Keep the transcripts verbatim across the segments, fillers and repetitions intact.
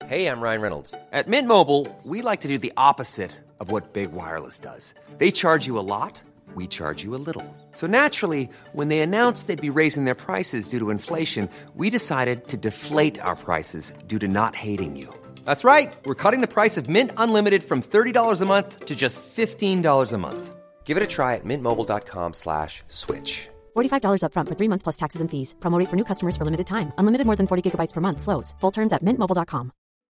Hey, I'm Ryan Reynolds. At Mint Mobile, we like to do the opposite of what Big Wireless does. They charge you a lot, we charge you a little. So naturally, when they announced they'd be raising their prices due to inflation, we decided to deflate our prices due to not hating you. That's right. We're cutting the price of Mint Unlimited from thirty dollars a month to just fifteen dollars a month. Give it a try at mintmobile.com slash switch. forty-five dollars up front for three months plus taxes and fees. Promo rate for new customers for limited time. Unlimited more than forty gigabytes per month. Slows full terms at mint mobile dot com.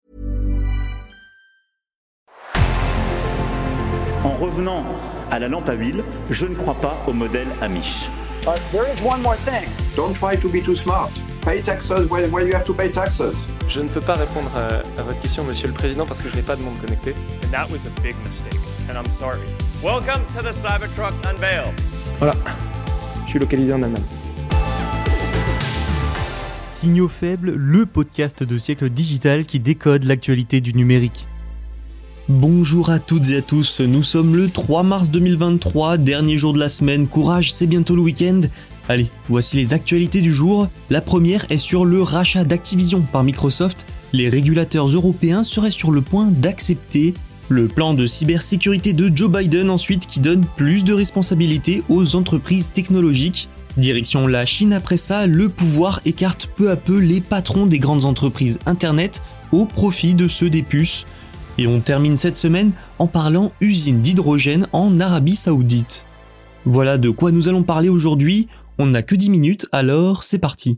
En revenant à la lampe à huile, je ne crois pas au modèle Amish. But there is one more thing. Don't try to be too smart. Pay taxes when, when you have to pay taxes. Je ne peux pas répondre à, à votre question, Monsieur le Président, parce que je n'ai pas de monde connecté. And that was a big mistake, and I'm sorry. Welcome to the Cybertruck Unveil. Voilà, je suis localisé en Allemagne. Signaux faibles, le podcast de Siècle Digital qui décode l'actualité du numérique. Bonjour à toutes et à tous, nous sommes le trois mars deux mille vingt-trois, dernier jour de la semaine, courage, c'est bientôt le week-end. Allez, voici les actualités du jour. La première est sur le rachat d'Activision par Microsoft. Les régulateurs européens seraient sur le point d'accepter le plan de cybersécurité de Joe Biden ensuite qui donne plus de responsabilités aux entreprises technologiques. Direction la Chine après ça, le pouvoir écarte peu à peu les patrons des grandes entreprises internet au profit de ceux des puces. Et on termine cette semaine en parlant usine d'hydrogène en Arabie Saoudite. Voilà de quoi nous allons parler aujourd'hui, on n'a que dix minutes, alors c'est parti.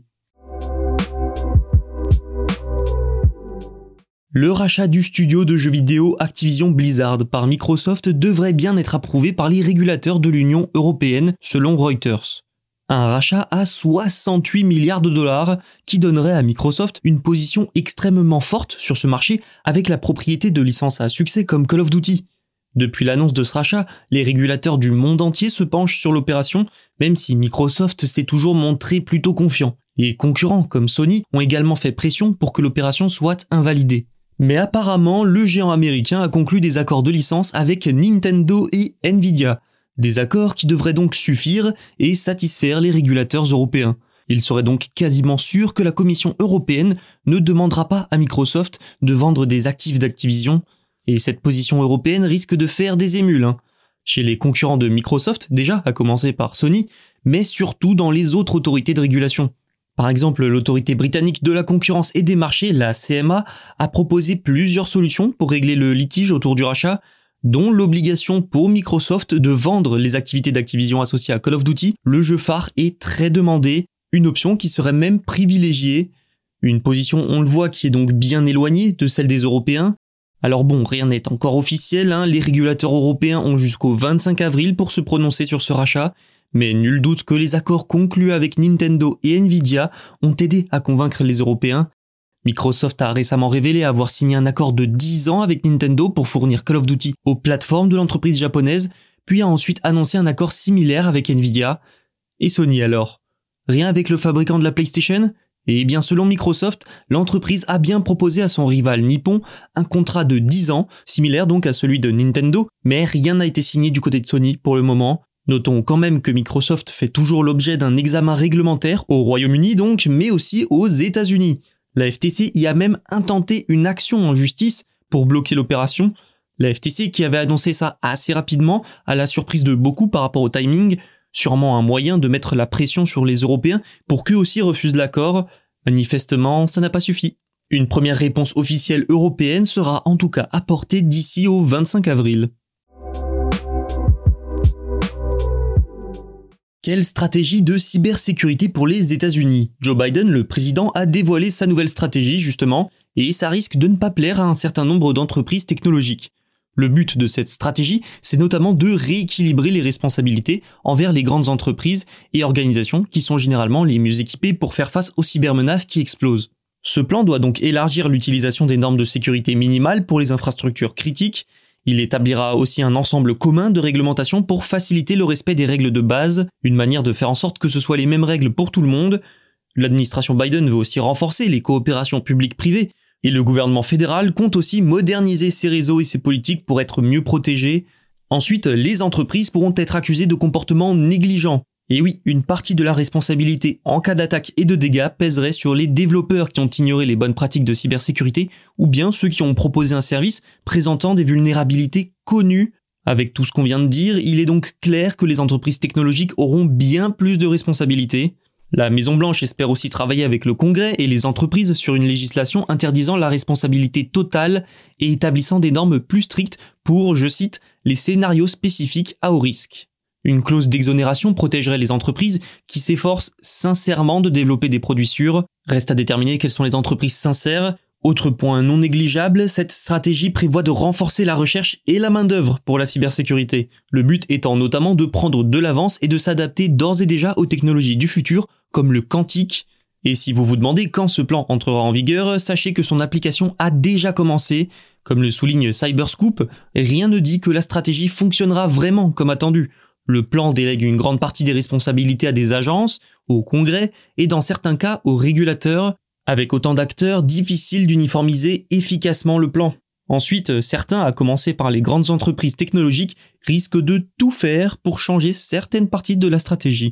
Le rachat du studio de jeux vidéo Activision Blizzard par Microsoft devrait bien être approuvé par les régulateurs de l'Union européenne, selon Reuters. Un rachat à soixante-huit milliards de dollars qui donnerait à Microsoft une position extrêmement forte sur ce marché avec la propriété de licences à succès comme Call of Duty. Depuis l'annonce de ce rachat, les régulateurs du monde entier se penchent sur l'opération, même si Microsoft s'est toujours montré plutôt confiant. Les concurrents comme Sony ont également fait pression pour que l'opération soit invalidée. Mais apparemment, le géant américain a conclu des accords de licence avec Nintendo et Nvidia. Des accords qui devraient donc suffire et satisfaire les régulateurs européens. Il serait donc quasiment sûr que la Commission européenne ne demandera pas à Microsoft de vendre des actifs d'Activision. Et cette position européenne risque de faire des émules, hein. Chez les concurrents de Microsoft, déjà, à commencer par Sony, mais surtout dans les autres autorités de régulation. Par exemple, l'autorité britannique de la concurrence et des marchés, la C M A, a proposé plusieurs solutions pour régler le litige autour du rachat, dont l'obligation pour Microsoft de vendre les activités d'Activision associées à Call of Duty. Le jeu phare est très demandé, une option qui serait même privilégiée. Une position, on le voit, qui est donc bien éloignée de celle des Européens. Alors bon, rien n'est encore officiel, hein. Les régulateurs européens ont jusqu'au vingt-cinq avril pour se prononcer sur ce rachat, mais nul doute que les accords conclus avec Nintendo et Nvidia ont aidé à convaincre les Européens. Microsoft a récemment révélé avoir signé un accord de dix ans avec Nintendo pour fournir Call of Duty aux plateformes de l'entreprise japonaise, puis a ensuite annoncé un accord similaire avec Nvidia. Et Sony alors ? Rien avec le fabricant de la PlayStation ? Et bien selon Microsoft, l'entreprise a bien proposé à son rival Nippon un contrat de dix ans, similaire donc à celui de Nintendo, mais rien n'a été signé du côté de Sony pour le moment. Notons quand même que Microsoft fait toujours l'objet d'un examen réglementaire au Royaume-Uni donc, mais aussi aux États-Unis. La F T C y a même intenté une action en justice pour bloquer l'opération. La F T C qui avait annoncé ça assez rapidement, à la surprise de beaucoup par rapport au timing, sûrement un moyen de mettre la pression sur les Européens pour qu'eux aussi refusent l'accord. Manifestement, ça n'a pas suffi. Une première réponse officielle européenne sera en tout cas apportée d'ici au vingt-cinq avril. Quelle stratégie de cybersécurité pour les États-Unis ? Joe Biden, le président, a dévoilé sa nouvelle stratégie justement, et ça risque de ne pas plaire à un certain nombre d'entreprises technologiques. Le but de cette stratégie, c'est notamment de rééquilibrer les responsabilités envers les grandes entreprises et organisations qui sont généralement les mieux équipées pour faire face aux cybermenaces qui explosent. Ce plan doit donc élargir l'utilisation des normes de sécurité minimales pour les infrastructures critiques. Il établira aussi un ensemble commun de réglementations pour faciliter le respect des règles de base, une manière de faire en sorte que ce soit les mêmes règles pour tout le monde. L'administration Biden veut aussi renforcer les coopérations publiques-privées, et le gouvernement fédéral compte aussi moderniser ses réseaux et ses politiques pour être mieux protégés. Ensuite, les entreprises pourront être accusées de comportements négligents. Et oui, une partie de la responsabilité en cas d'attaque et de dégâts pèserait sur les développeurs qui ont ignoré les bonnes pratiques de cybersécurité ou bien ceux qui ont proposé un service présentant des vulnérabilités connues. Avec tout ce qu'on vient de dire, il est donc clair que les entreprises technologiques auront bien plus de responsabilités. La Maison-Blanche espère aussi travailler avec le Congrès et les entreprises sur une législation interdisant la responsabilité totale et établissant des normes plus strictes pour, je cite, les scénarios spécifiques à haut risque. Une clause d'exonération protégerait les entreprises qui s'efforcent sincèrement de développer des produits sûrs. Reste à déterminer quelles sont les entreprises sincères. Autre point non négligeable, cette stratégie prévoit de renforcer la recherche et la main-d'œuvre pour la cybersécurité. Le but étant notamment de prendre de l'avance et de s'adapter d'ores et déjà aux technologies du futur, comme le quantique. Et si vous vous demandez quand ce plan entrera en vigueur, sachez que son application a déjà commencé. Comme le souligne Cyberscoop, rien ne dit que la stratégie fonctionnera vraiment comme attendu. Le plan délègue une grande partie des responsabilités à des agences, au Congrès et dans certains cas aux régulateurs. Avec autant d'acteurs, difficile d'uniformiser efficacement le plan. Ensuite, certains, à commencer par les grandes entreprises technologiques, risquent de tout faire pour changer certaines parties de la stratégie.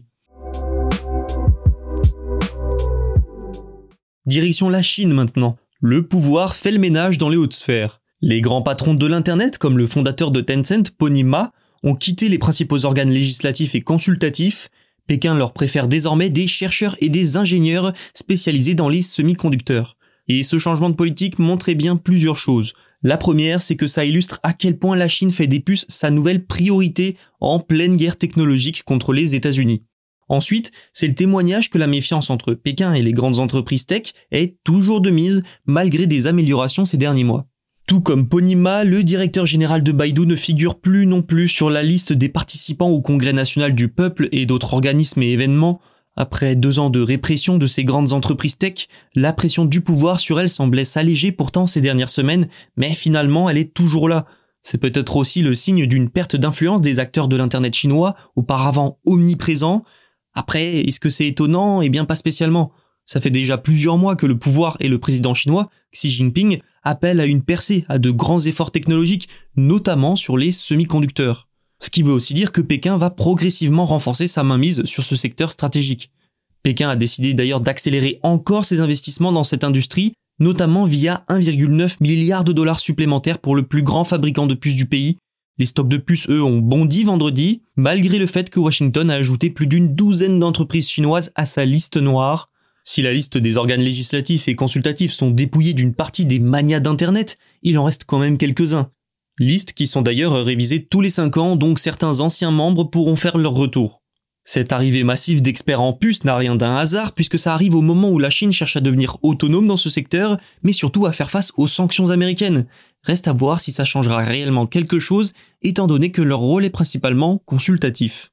Direction la Chine maintenant. Le pouvoir fait le ménage dans les hautes sphères. Les grands patrons de l'Internet, comme le fondateur de Tencent, Pony Ma, ont quitté les principaux organes législatifs et consultatifs. Pékin leur préfère désormais des chercheurs et des ingénieurs spécialisés dans les semi-conducteurs. Et ce changement de politique montrait bien plusieurs choses. La première, c'est que ça illustre à quel point la Chine fait des puces sa nouvelle priorité en pleine guerre technologique contre les États-Unis. Ensuite, c'est le témoignage que la méfiance entre Pékin et les grandes entreprises tech est toujours de mise malgré des améliorations ces derniers mois. Tout comme Pony Ma, le directeur général de Baidu ne figure plus non plus sur la liste des participants au Congrès national du peuple et d'autres organismes et événements. Après deux ans de répression de ces grandes entreprises tech, la pression du pouvoir sur elles semblait s'alléger pourtant ces dernières semaines, mais finalement elle est toujours là. C'est peut-être aussi le signe d'une perte d'influence des acteurs de l'internet chinois, auparavant omniprésents. Après, est-ce que c'est étonnant ? Eh bien pas spécialement. Ça fait déjà plusieurs mois que le pouvoir et le président chinois, Xi Jinping, appellent à une percée, à de grands efforts technologiques, notamment sur les semi-conducteurs. Ce qui veut aussi dire que Pékin va progressivement renforcer sa mainmise sur ce secteur stratégique. Pékin a décidé d'ailleurs d'accélérer encore ses investissements dans cette industrie, notamment via un virgule neuf milliard de dollars supplémentaires pour le plus grand fabricant de puces du pays. Les stocks de puces, eux, ont bondi vendredi, malgré le fait que Washington a ajouté plus d'une douzaine d'entreprises chinoises à sa liste noire. Si la liste des organes législatifs et consultatifs sont dépouillés d'une partie des manias d'Internet, il en reste quand même quelques-uns. Listes qui sont d'ailleurs révisées tous les cinq ans, donc certains anciens membres pourront faire leur retour. Cette arrivée massive d'experts en puces n'a rien d'un hasard puisque ça arrive au moment où la Chine cherche à devenir autonome dans ce secteur, mais surtout à faire face aux sanctions américaines. Reste à voir si ça changera réellement quelque chose, étant donné que leur rôle est principalement consultatif.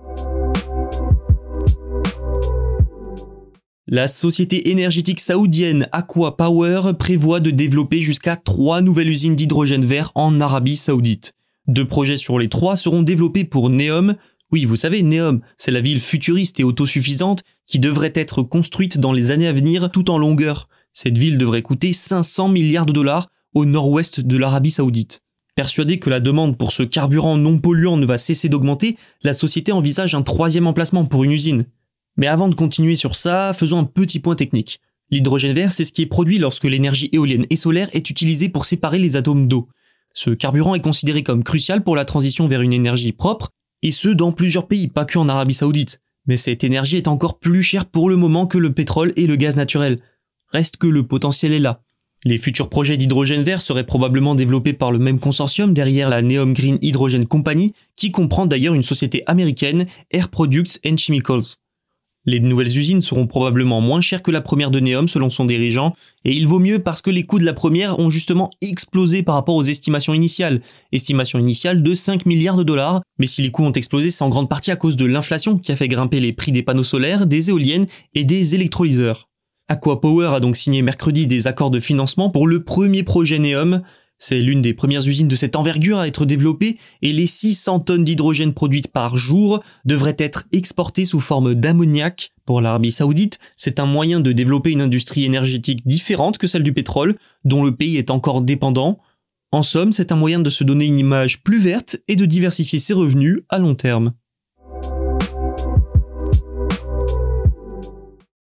La société énergétique saoudienne Aqua Power prévoit de développer jusqu'à trois nouvelles usines d'hydrogène vert en Arabie Saoudite. Deux projets sur les trois seront développés pour Neom. Oui, vous savez, Neom, c'est la ville futuriste et autosuffisante qui devrait être construite dans les années à venir tout en longueur. Cette ville devrait coûter cinq cents milliards de dollars au nord-ouest de l'Arabie Saoudite. Persuadée que la demande pour ce carburant non polluant ne va cesser d'augmenter, la société envisage un troisième emplacement pour une usine. Mais avant de continuer sur ça, faisons un petit point technique. L'hydrogène vert, c'est ce qui est produit lorsque l'énergie éolienne et solaire est utilisée pour séparer les atomes d'eau. Ce carburant est considéré comme crucial pour la transition vers une énergie propre, et ce dans plusieurs pays, pas que en Arabie Saoudite. Mais cette énergie est encore plus chère pour le moment que le pétrole et le gaz naturel. Reste que le potentiel est là. Les futurs projets d'hydrogène vert seraient probablement développés par le même consortium derrière la Neom Green Hydrogen Company, qui comprend d'ailleurs une société américaine, Air Products and Chemicals. Les nouvelles usines seront probablement moins chères que la première de Neom selon son dirigeant, et il vaut mieux parce que les coûts de la première ont justement explosé par rapport aux estimations initiales. Estimation initiale de cinq milliards de dollars, mais si les coûts ont explosé, c'est en grande partie à cause de l'inflation qui a fait grimper les prix des panneaux solaires, des éoliennes et des électrolyseurs. Aqua Power a donc signé mercredi des accords de financement pour le premier projet Neom. C'est l'une des premières usines de cette envergure à être développée et les six cents tonnes d'hydrogène produites par jour devraient être exportées sous forme d'ammoniac. Pour l'Arabie Saoudite, c'est un moyen de développer une industrie énergétique différente que celle du pétrole, dont le pays est encore dépendant. En somme, c'est un moyen de se donner une image plus verte et de diversifier ses revenus à long terme.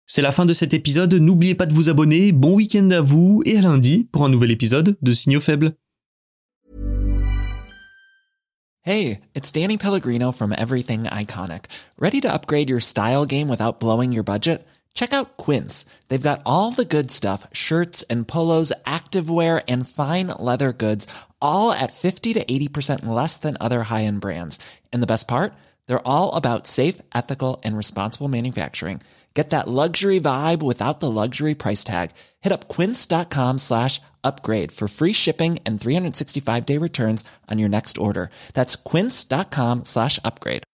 C'est la fin de cet épisode, n'oubliez pas de vous abonner, bon week-end à vous et à lundi pour un nouvel épisode de Signaux Faibles. Hey, it's Danny Pellegrino from Everything Iconic. Ready to upgrade your style game without blowing your budget? Check out Quince. They've got all the good stuff, shirts and polos, activewear and fine leather goods, all at fifty to eighty percent less than other high-end brands. And the best part? They're all about safe, ethical, and responsible manufacturing. Get that luxury vibe without the luxury price tag. Hit up quince.com slash upgrade for free shipping and three sixty-five day returns on your next order. That's quince.com slash upgrade.